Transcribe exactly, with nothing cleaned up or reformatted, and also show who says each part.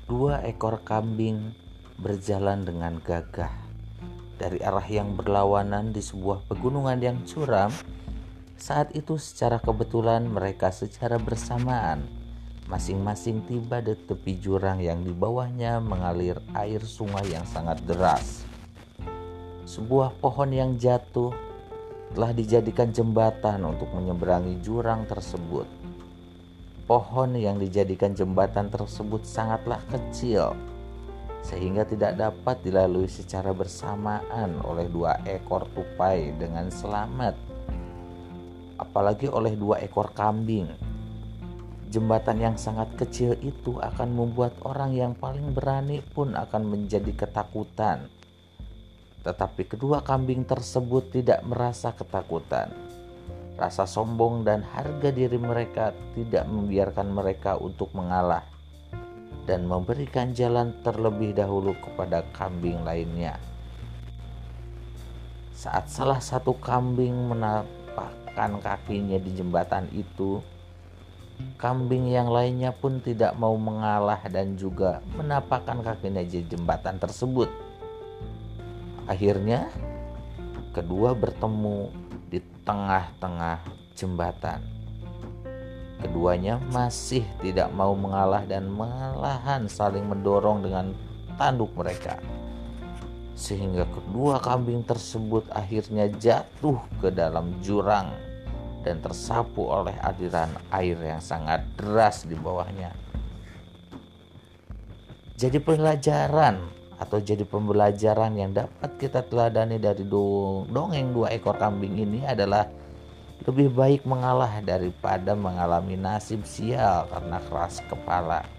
Speaker 1: Dua ekor kambing berjalan dengan gagah dari arah yang berlawanan di sebuah pegunungan yang curam. Saat itu secara kebetulan mereka secara bersamaan masing-masing tiba di tepi jurang yang di bawahnya mengalir air sungai yang sangat deras. Sebuah pohon yang jatuh telah dijadikan jembatan untuk menyeberangi jurang tersebut. Pohon yang dijadikan jembatan tersebut sangatlah kecil, sehingga tidak dapat dilalui secara bersamaan oleh dua ekor tupai dengan selamat, apalagi oleh dua ekor kambing. Jembatan yang sangat kecil itu akan membuat orang yang paling berani pun akan menjadi ketakutan. Tetapi kedua kambing tersebut tidak merasa ketakutan. Rasa sombong dan harga diri mereka tidak membiarkan mereka untuk mengalah dan memberikan jalan terlebih dahulu kepada kambing lainnya. Saat salah satu kambing menapakkan kakinya di jembatan itu, kambing yang lainnya pun tidak mau mengalah dan juga menapakkan kakinya di jembatan tersebut. Akhirnya, kedua bertemu di tengah-tengah jembatan. Keduanya masih tidak mau mengalah dan malahan saling mendorong dengan tanduk mereka, sehingga kedua kambing tersebut akhirnya jatuh ke dalam jurang dan tersapu oleh aliran air yang sangat deras di bawahnya. Jadi pelajaran atau jadi pembelajaran yang dapat kita teladani dari dongeng dua ekor kambing ini adalah lebih baik mengalah daripada mengalami nasib sial karena keras kepala.